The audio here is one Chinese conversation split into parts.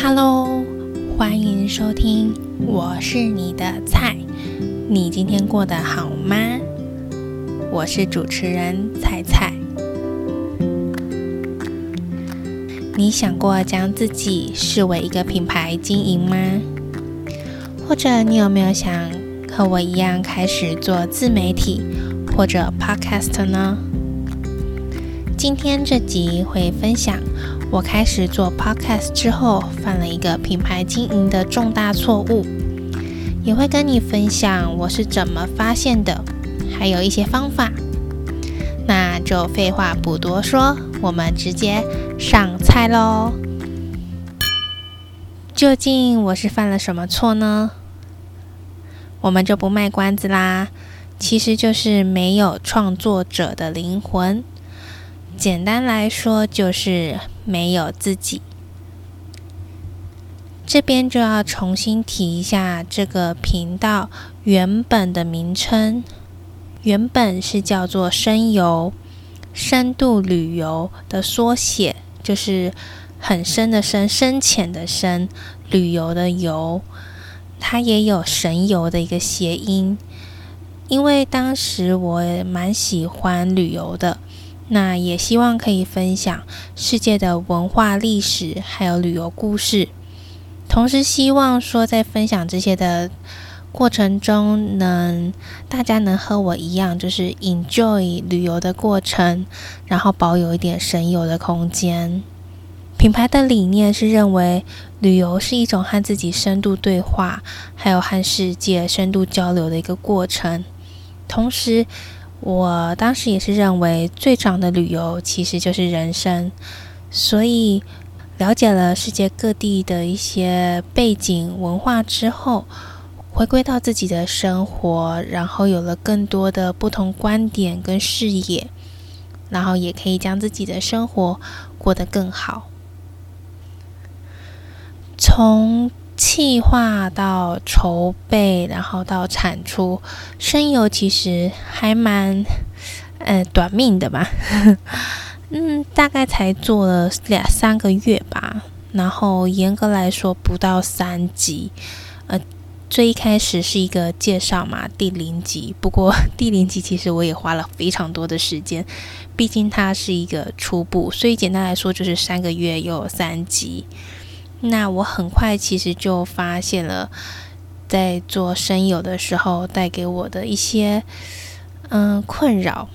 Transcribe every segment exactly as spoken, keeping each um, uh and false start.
Hello， 欢迎收听，我是你的菜。你今天过得好吗？我是主持人菜菜。你想过将自己视为一个品牌经营吗？或者你有没有想和我一样开始做自媒体或者 podcast 呢？今天这集会分享我开始做 podcast 之后犯了一个品牌经营的重大错误，也会跟你分享我是怎么发现的，还有一些方法。那就废话不多说，我们直接上菜咯。究竟我是犯了什么错呢？我们就不卖关子啦，其实就是没有创作者的灵魂。简单来说就是没有自己。这边就要重新提一下这个频道原本的名称，原本是叫做深游，深度旅游的缩写，就是很深的深，深浅的深，旅游的游，它也有神游的一个谐音。因为当时我也蛮喜欢旅游的，那也希望可以分享世界的文化历史还有旅游故事，同时希望说在分享这些的过程中能大家能和我一样，就是 enjoy 旅游的过程，然后保有一点神游的空间。品牌的理念是认为旅游是一种和自己深度对话还有和世界深度交流的一个过程，同时我当时也是认为最长的旅游其实就是人生，所以了解了世界各地的一些背景文化之后，回归到自己的生活，然后有了更多的不同观点跟视野，然后也可以将自己的生活过得更好。从企划到筹备，然后到产出，深游其实还蛮呃短命的吧嗯，大概才做了两三个月吧，然后严格来说不到三集。呃，最一开始是一个介绍嘛，第零集，不过第零集其实我也花了非常多的时间，毕竟它是一个初步，所以简单来说就是三个月又有三集。那我很快其实就发现了，在做深游的时候带给我的一些嗯困扰。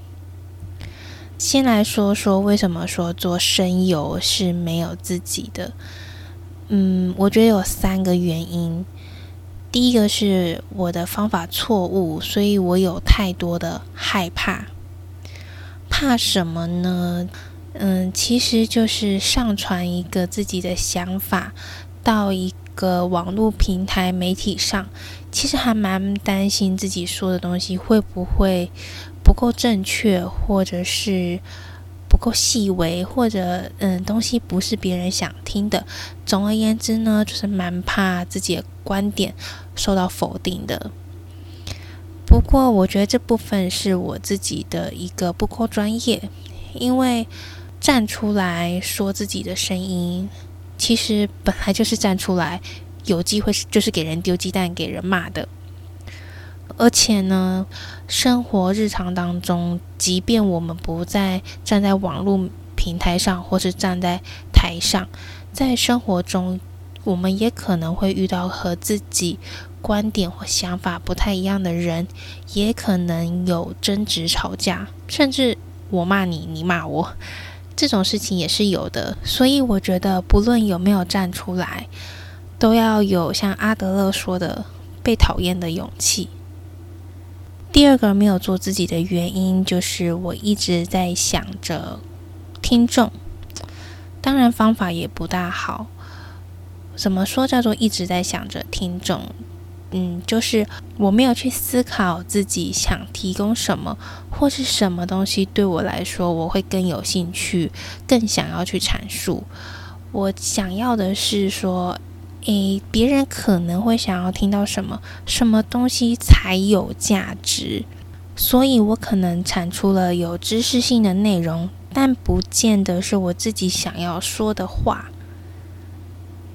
先来说说为什么说做深游是没有自己的。嗯，我觉得有三个原因。第一个是我的方法错误，所以我有太多的害怕。怕什么呢？嗯，其实就是上传一个自己的想法到一个网络平台媒体上，其实还蛮担心自己说的东西会不会不够正确，或者是不够细微，或者嗯东西不是别人想听的。总而言之呢，就是蛮怕自己的观点受到否定的。不过我觉得这部分是我自己的一个不够专业，因为站出来说自己的声音，其实本来就是站出来，有机会就是给人丢鸡蛋，给人骂的。而且呢，生活日常当中，即便我们不再站在网络平台上，或是站在台上，在生活中，我们也可能会遇到和自己观点或想法不太一样的人，也可能有争执吵架，甚至我骂你，你骂我。这种事情也是有的，所以我觉得不论有没有站出来，都要有像阿德勒说的被讨厌的勇气。第二个没有做自己的原因，就是我一直在想着听众，当然方法也不大好。怎么说叫做一直在想着听众？嗯，就是我没有去思考自己想提供什么，或是什么东西对我来说我会更有兴趣，更想要去阐述。我想要的是说，诶，别人可能会想要听到什么，什么东西才有价值。所以我可能产出了有知识性的内容，但不见得是我自己想要说的话。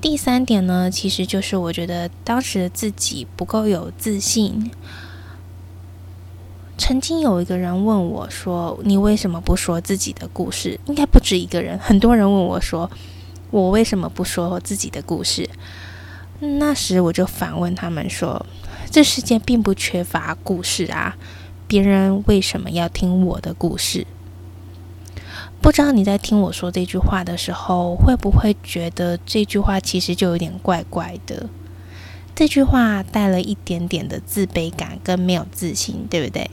第三点呢，其实就是我觉得当时的自己不够有自信。曾经有一个人问我说，你为什么不说自己的故事？应该不止一个人，很多人问我说，我为什么不说我自己的故事？那时我就反问他们说，这世界并不缺乏故事啊，别人为什么要听我的故事？不知道你在听我说这句话的时候，会不会觉得这句话其实就有点怪怪的？这句话带了一点点的自卑感跟没有自信，对不对？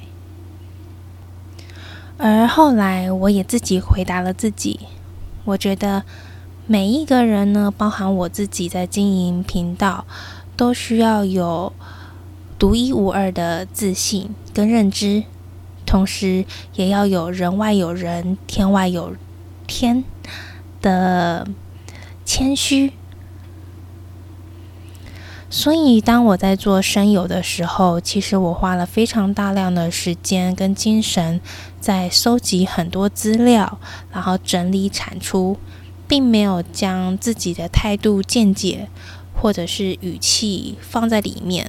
而后来我也自己回答了自己，我觉得每一个人呢，包含我自己在经营频道，都需要有独一无二的自信跟认知，同时也要有人外有人，天外有天的谦虚。所以当我在做声游的时候，其实我花了非常大量的时间跟精神在收集很多资料，然后整理产出，并没有将自己的态度见解或者是语气放在里面。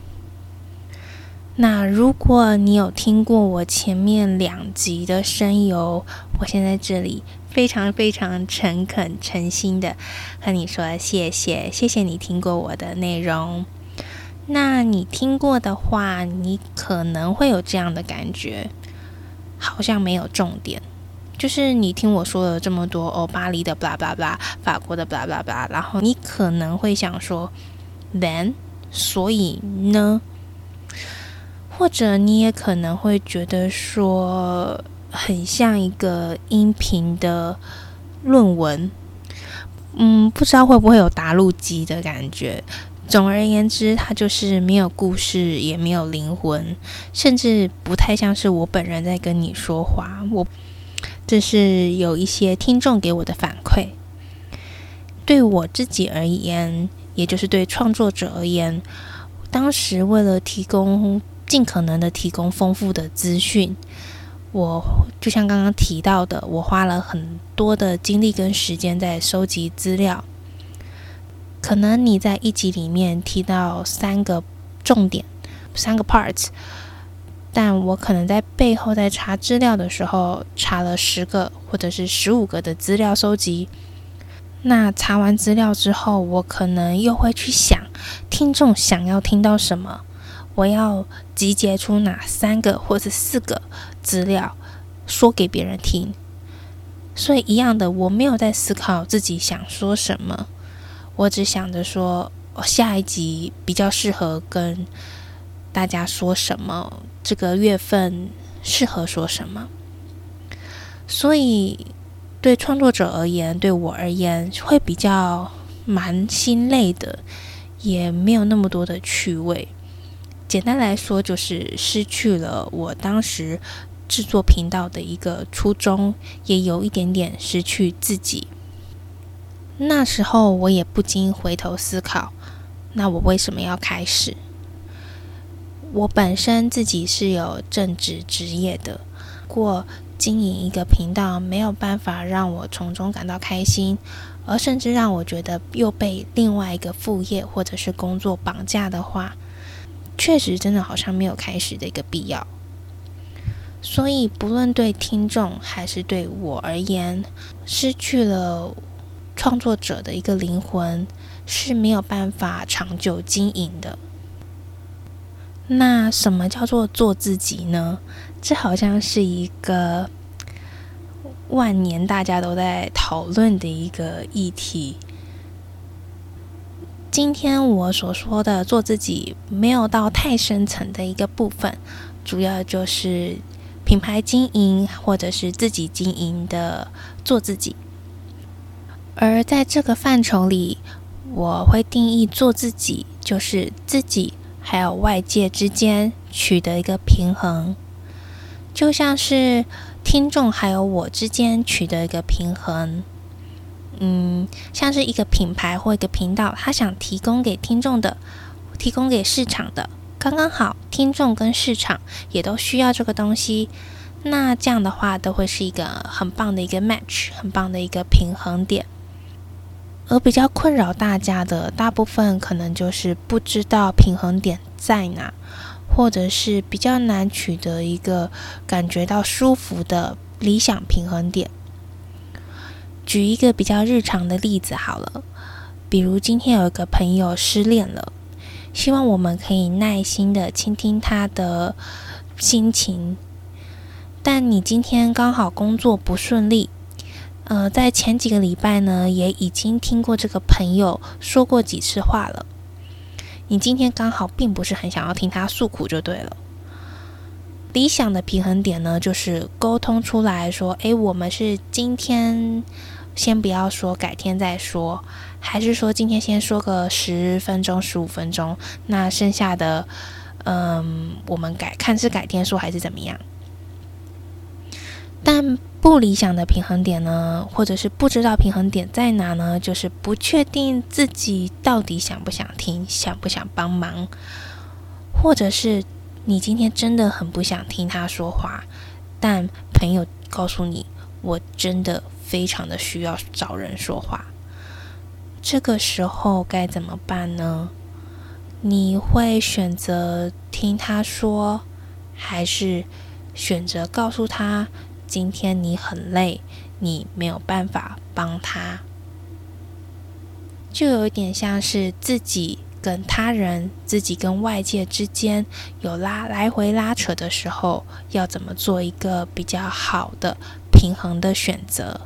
那如果你有听过我前面两集的声游，我现在这里非常非常诚恳诚心的和你说谢谢，谢谢你听过我的内容。那你听过的话，你可能会有这样的感觉，好像没有重点，就是你听我说了这么多哦，巴黎的 blah blah blah， 法国的 blah blah blah， 然后你可能会想说 then 所以呢，或者你也可能会觉得说很像一个音频的论文，嗯，不知道会不会有答录机的感觉。总而言之，它就是没有故事，也没有灵魂，甚至不太像是我本人在跟你说话。我这是有一些听众给我的反馈。对我自己而言，也就是对创作者而言，当时为了提供尽可能的提供丰富的资讯，我就像刚刚提到的，我花了很多的精力跟时间在收集资料。可能你在一集里面提到三个重点，三个 parts， 但我可能在背后在查资料的时候查了十个或者是十五个的资料收集。那查完资料之后，我可能又会去想听众想要听到什么，我要集结出哪三个或者四个资料说给别人听。所以一样的，我没有在思考自己想说什么，我只想着说、哦、下一集比较适合跟大家说什么，这个月份适合说什么。所以对创作者而言，对我而言会比较蛮心累的，也没有那么多的趣味。简单来说，就是失去了我当时制作频道的一个初衷，也有一点点失去自己。那时候我也不禁回头思考，那我为什么要开始？我本身自己是有正职职业的，过经营一个频道没有办法让我从中感到开心，而甚至让我觉得又被另外一个副业或者是工作绑架的话，确实真的好像没有开始的一个必要。所以不论对听众还是对我而言，失去了创作者的一个灵魂是没有办法长久经营的。那什么叫做做自己呢？这好像是一个万年大家都在讨论的一个议题。今天我所说的做自己没有到太深层的一个部分，主要就是品牌经营或者是自己经营的做自己。而在这个范畴里，我会定义做自己就是自己还有外界之间取得一个平衡，就像是听众还有我之间取得一个平衡。嗯，像是一个品牌或一个频道，他想提供给听众的，提供给市场的，刚刚好，听众跟市场也都需要这个东西。那这样的话，都会是一个很棒的一个 match， 很棒的一个平衡点。 而比较困扰大家的大部分可能就是不知道平衡点在哪，或者是比较难取得一个感觉到舒服的理想平衡点。举一个比较日常的例子好了，比如今天有一个朋友失恋了，希望我们可以耐心的倾听他的心情，但你今天刚好工作不顺利，呃，在前几个礼拜呢，也已经听过这个朋友说过几次话了。你今天刚好并不是很想要听他诉苦就对了。理想的平衡点呢，就是沟通出来说，诶，我们是今天先不要说，改天再说，还是说今天先说个十分钟、十五分钟，那剩下的，嗯，我们改看是改天说还是怎么样。但不理想的平衡点呢，或者是不知道平衡点在哪呢，就是不确定自己到底想不想听，想不想帮忙，或者是你今天真的很不想听他说话，但朋友告诉你，我真的非常的需要找人说话。这个时候该怎么办呢？你会选择听他说，还是选择告诉他今天你很累，你没有办法帮他？就有一点像是自己跟他人、自己跟外界之间有拉来回拉扯的时候，要怎么做一个比较好的平衡的选择。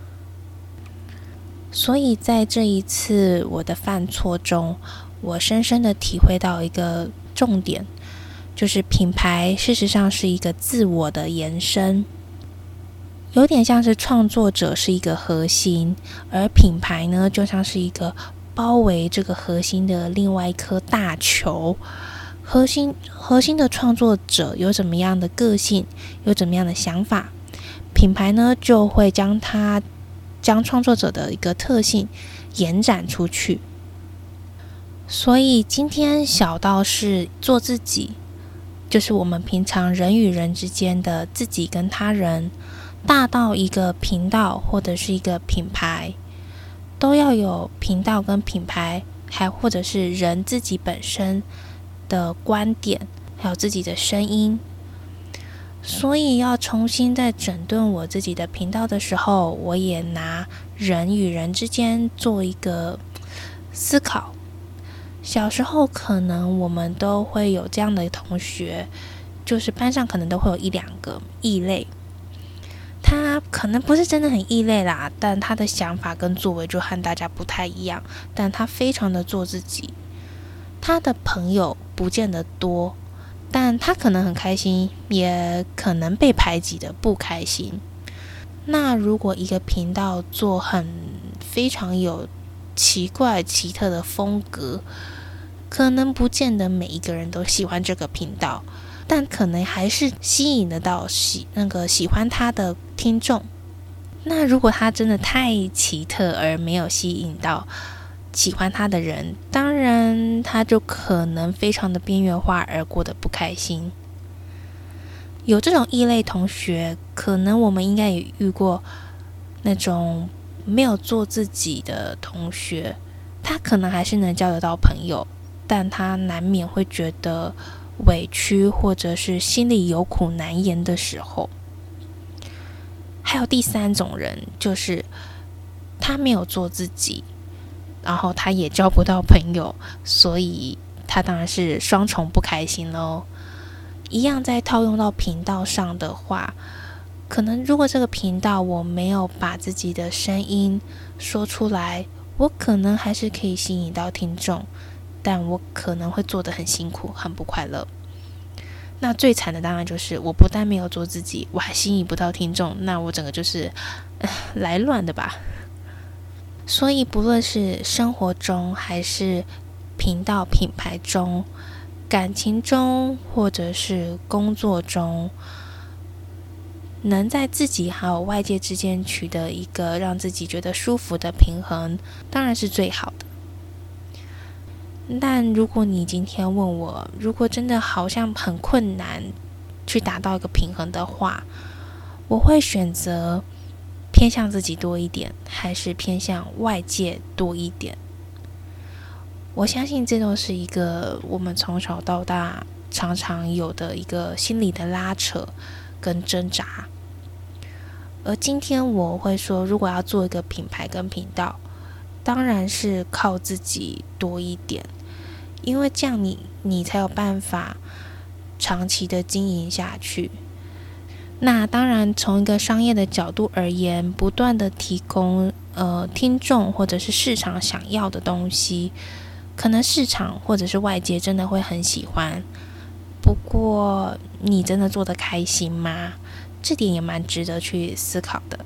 所以在这一次我的犯错中，我深深的体会到一个重点，就是品牌事实上是一个自我的延伸，有点像是创作者是一个核心，而品牌呢就像是一个包围这个核心的另外一颗大球。核心核心的创作者有怎么样的个性，有怎么样的想法，品牌呢就会将它将创作者的一个特性延展出去。所以今天小到是做自己，就是我们平常人与人之间的自己跟他人，大到一个频道或者是一个品牌，都要有频道跟品牌，还或者是人自己本身的观点，还有自己的声音。所以要重新再整顿我自己的频道的时候，我也拿人与人之间做一个思考。小时候可能我们都会有这样的同学，就是班上可能都会有一两个异类，他可能不是真的很异类啦，但他的想法跟作为就和大家不太一样，但他非常的做自己。他的朋友不见得多，但他可能很开心，也可能被排挤的不开心。那如果一个频道做很非常有奇怪奇特的风格，可能不见得每一个人都喜欢这个频道，但可能还是吸引得到喜那个喜欢他的听众。那如果他真的太奇特而没有吸引到喜欢他的人，当然他就可能非常的边缘化而过得不开心。有这种异类同学，可能我们应该也遇过那种没有做自己的同学，他可能还是能交得到朋友，但他难免会觉得委屈，或者是心里有苦难言的时候。还有第三种人，就是他没有做自己，然后他也交不到朋友，所以他当然是双重不开心咯。一样在套用到频道上的话，可能如果这个频道我没有把自己的声音说出来，我可能还是可以吸引到听众，但我可能会做得很辛苦，很不快乐。那最惨的当然就是我不但没有做自己，我还吸引不到听众，那我整个就是、呃、来乱的吧。所以不论是生活中还是频道品牌中，感情中或者是工作中，能在自己还有外界之间取得一个让自己觉得舒服的平衡，当然是最好的。但如果你今天问我，如果真的好像很困难去达到一个平衡的话，我会选择偏向自己多一点，还是偏向外界多一点？我相信这都是一个我们从小到大常常有的一个心理的拉扯跟挣扎。而今天我会说，如果要做一个品牌跟频道，当然是靠自己多一点，因为这样你你才有办法长期的经营下去。那当然，从一个商业的角度而言，不断的提供呃听众或者是市场想要的东西，可能市场或者是外界真的会很喜欢。不过，你真的做得开心吗？这点也蛮值得去思考的。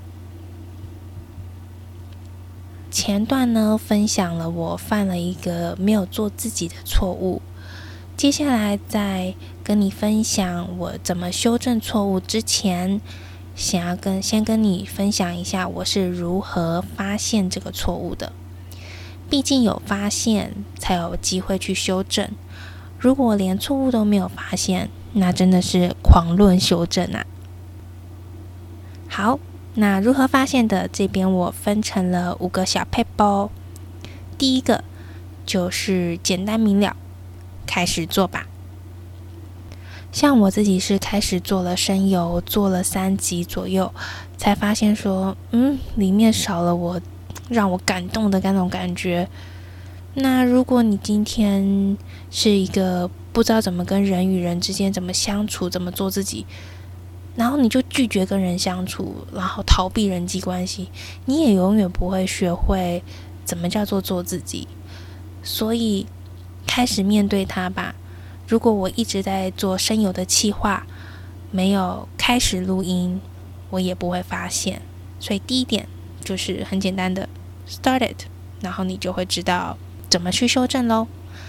前段呢，分享了我犯了一个没有做自己的错误。接下来在跟你分享我怎么修正错误之前，想要跟先跟你分享一下我是如何发现这个错误的。毕竟有发现才有机会去修正，如果连错误都没有发现，那真的是狂论修正啊。好，那如何发现的，这边我分成了五个小撇步。第一个就是简单明了，开始做吧。像我自己是开始做了声游，做了三集左右，才发现说，嗯，里面少了我让我感动的那种感觉。那如果你今天是一个不知道怎么跟人与人之间怎么相处，怎么做自己，然后你就拒绝跟人相处，然后逃避人际关系，你也永远不会学会怎么叫做做自己。所以开始面对它吧。如果我一直在做声游的企划，没有开始录音，我也不会发现。所以第一点就是很简单的 start it， 然后你就会知道怎么去修正咯。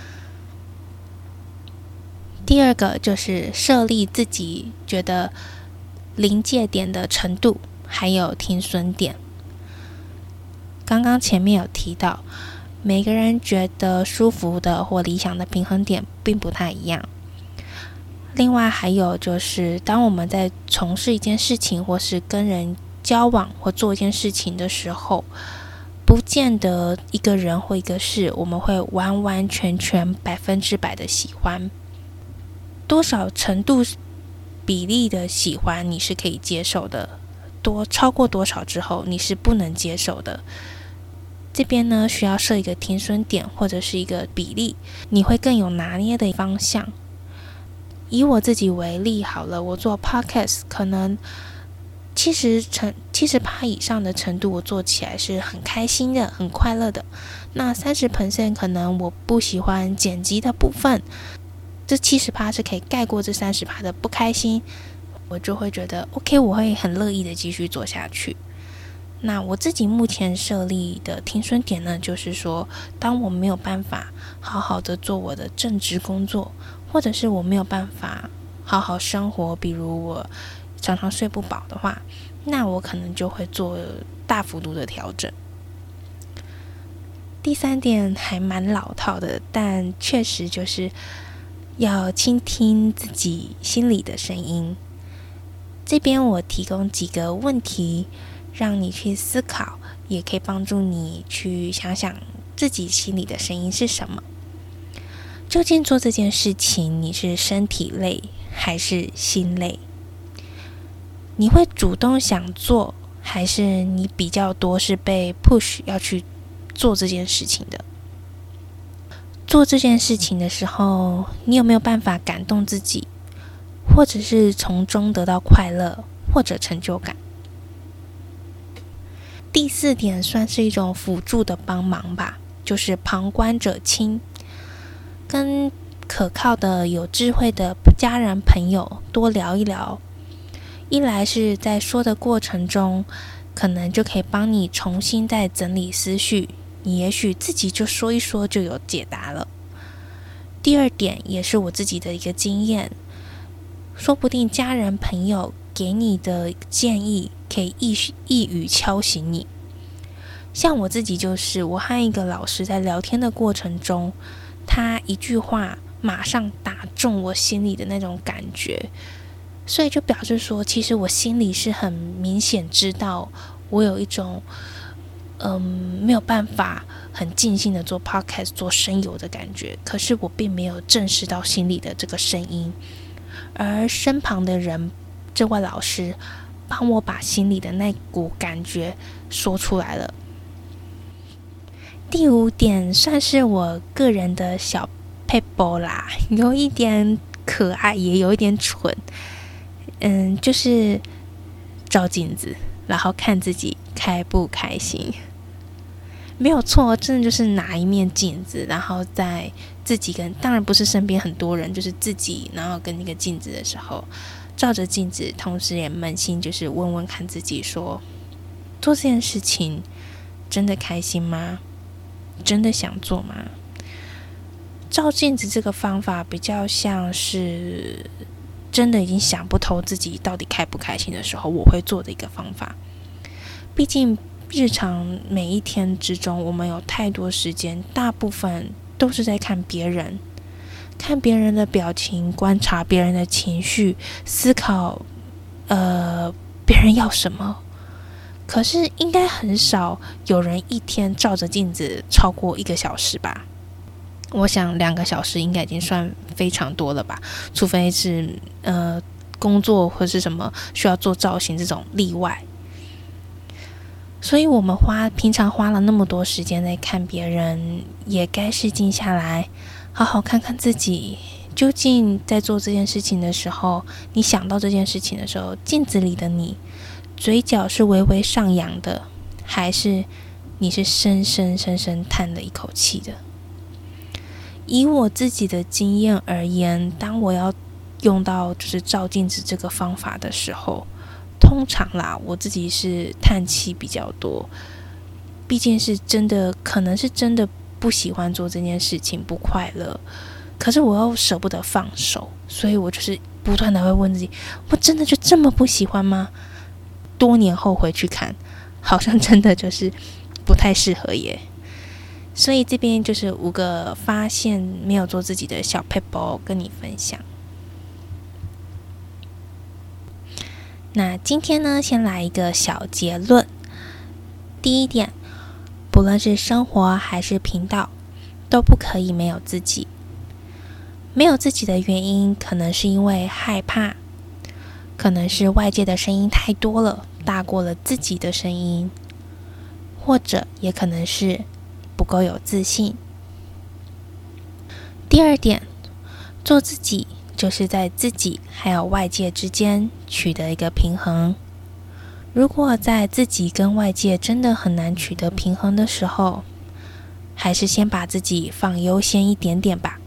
第二个就是设立自己觉得临界点的程度，还有停损点。刚刚前面有提到，每个人觉得舒服的或理想的平衡点并不太一样。另外还有就是，当我们在从事一件事情，或是跟人交往或做一件事情的时候，不见得一个人或一个事我们会完完全全百分之百的喜欢。多少程度比例的喜欢你是可以接受的，多超过多少之后你是不能接受的。这边呢，需要设一个停损点或者是一个比例，你会更有拿捏的方向。以我自己为例好了，我做 podcast 可能七十成七十趴以上的程度，我做起来是很开心的、很快乐的。那三十 percent 可能我不喜欢剪辑的部分，这七十趴是可以盖过这三十趴的不开心，我就会觉得 OK， 我会很乐意的继续做下去。那我自己目前设立的停损点呢，就是说，当我没有办法好好的做我的正职工作，或者是我没有办法好好生活，比如我常常睡不饱的话，那我可能就会做大幅度的调整。第三点还蛮老套的，但确实就是要倾听自己心里的声音。这边我提供几个问题让你去思考，也可以帮助你去想想自己心里的声音是什么。究竟做这件事情，你是身体累还是心累？你会主动想做，还是你比较多是被 push 要去做这件事情的？做这件事情的时候，你有没有办法感动自己，或者是从中得到快乐或者成就感？第四点算是一种辅助的帮忙吧，就是旁观者清。跟可靠的、有智慧的家人朋友多聊一聊，一来是在说的过程中，可能就可以帮你重新再整理思绪，你也许自己就说一说就有解答了。第二点也是我自己的一个经验，说不定家人朋友给你的建议可以一一语敲醒你。像我自己就是，我和一个老师在聊天的过程中，他一句话马上打中我心里的那种感觉，所以就表示说，其实我心里是很明显知道我有一种嗯没有办法很尽兴的做 podcast 做声游的感觉，可是我并没有正视到心里的这个声音，而身旁的人，这位老师帮我把心里的那股感觉说出来了。第五点算是我个人的小撇步啦，有一点可爱，也有一点蠢。嗯，就是照镜子，然后看自己开不开心。没有错，真的就是拿一面镜子，然后在自己跟，当然不是身边很多人，就是自己，然后跟那个镜子的时候，照着镜子，同时也扪心就是问问看自己说，做这件事情真的开心吗？真的想做吗？照镜子这个方法比较像是真的已经想不透自己到底开不开心的时候，我会做的一个方法。毕竟日常每一天之中，我们有太多时间，大部分都是在看别人，看别人的表情，观察别人的情绪，思考呃别人要什么。可是应该很少有人一天照着镜子超过一个小时吧？我想两个小时应该已经算非常多了吧，除非是呃工作或是什么需要做造型这种例外。所以我们花平常花了那么多时间在看别人，也该是静下来，好好看看自己，究竟在做这件事情的时候，你想到这件事情的时候，镜子里的你嘴角是微微上扬的，还是你是深深深深叹了一口气的？以我自己的经验而言，当我要用到就是照镜子这个方法的时候，通常啦，我自己是叹气比较多，毕竟是真的，可能是真的不喜欢做这件事情，不快乐，可是我又舍不得放手，所以我就是不断的会问自己，我真的就这么不喜欢吗？多年后回去看，好像真的就是不太适合耶。所以这边就是五个发现没有做自己的小撇步跟你分享。那今天呢，先来一个小结论。第一点，不论是生活还是频道，都不可以没有自己。没有自己的原因，可能是因为害怕，可能是外界的声音太多了，大过了自己的声音，或者也可能是不够有自信。第二点，做自己就是在自己还有外界之间取得一个平衡。如果在自己跟外界真的很难取得平衡的时候，还是先把自己放优先一点点吧。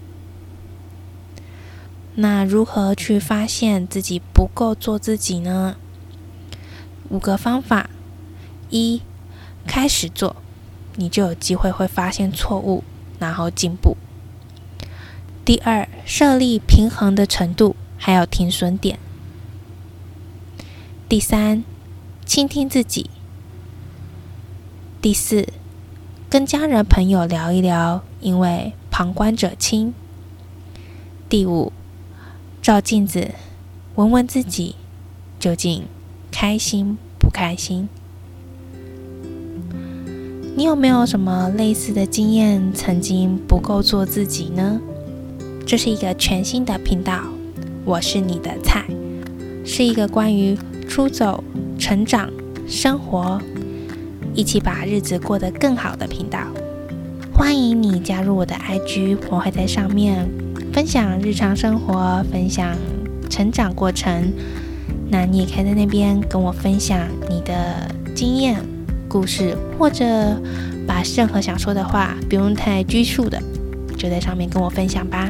那如何去发现自己不够做自己呢？五个方法：一、开始做，你就有机会会发现错误，然后进步。第二，设立平衡的程度，还有停损点。第三，倾听自己。第四，跟家人朋友聊一聊，因为旁观者清。第五，照镜子，问问自己，究竟开心不开心？你有没有什么类似的经验，曾经不够做自己呢？这是一个全新的频道，我是你的菜，是一个关于出走、成长、生活，一起把日子过得更好的频道。欢迎你加入我的 I G， 我会在上面分享日常生活，分享成长过程。那你也可以在那边跟我分享你的经验、故事，或者把任何想说的话，不用太拘束的，就在上面跟我分享吧。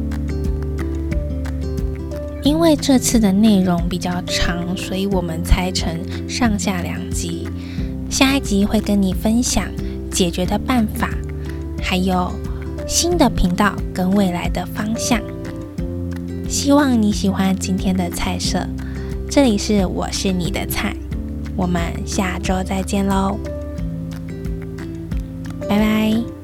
因为这次的内容比较长，所以我们拆成上下两集。下一集会跟你分享解决的办法，还有新的频道跟未来的方向。希望你喜欢今天的菜色，这里是我是你的菜，我们下周再见喽，拜拜。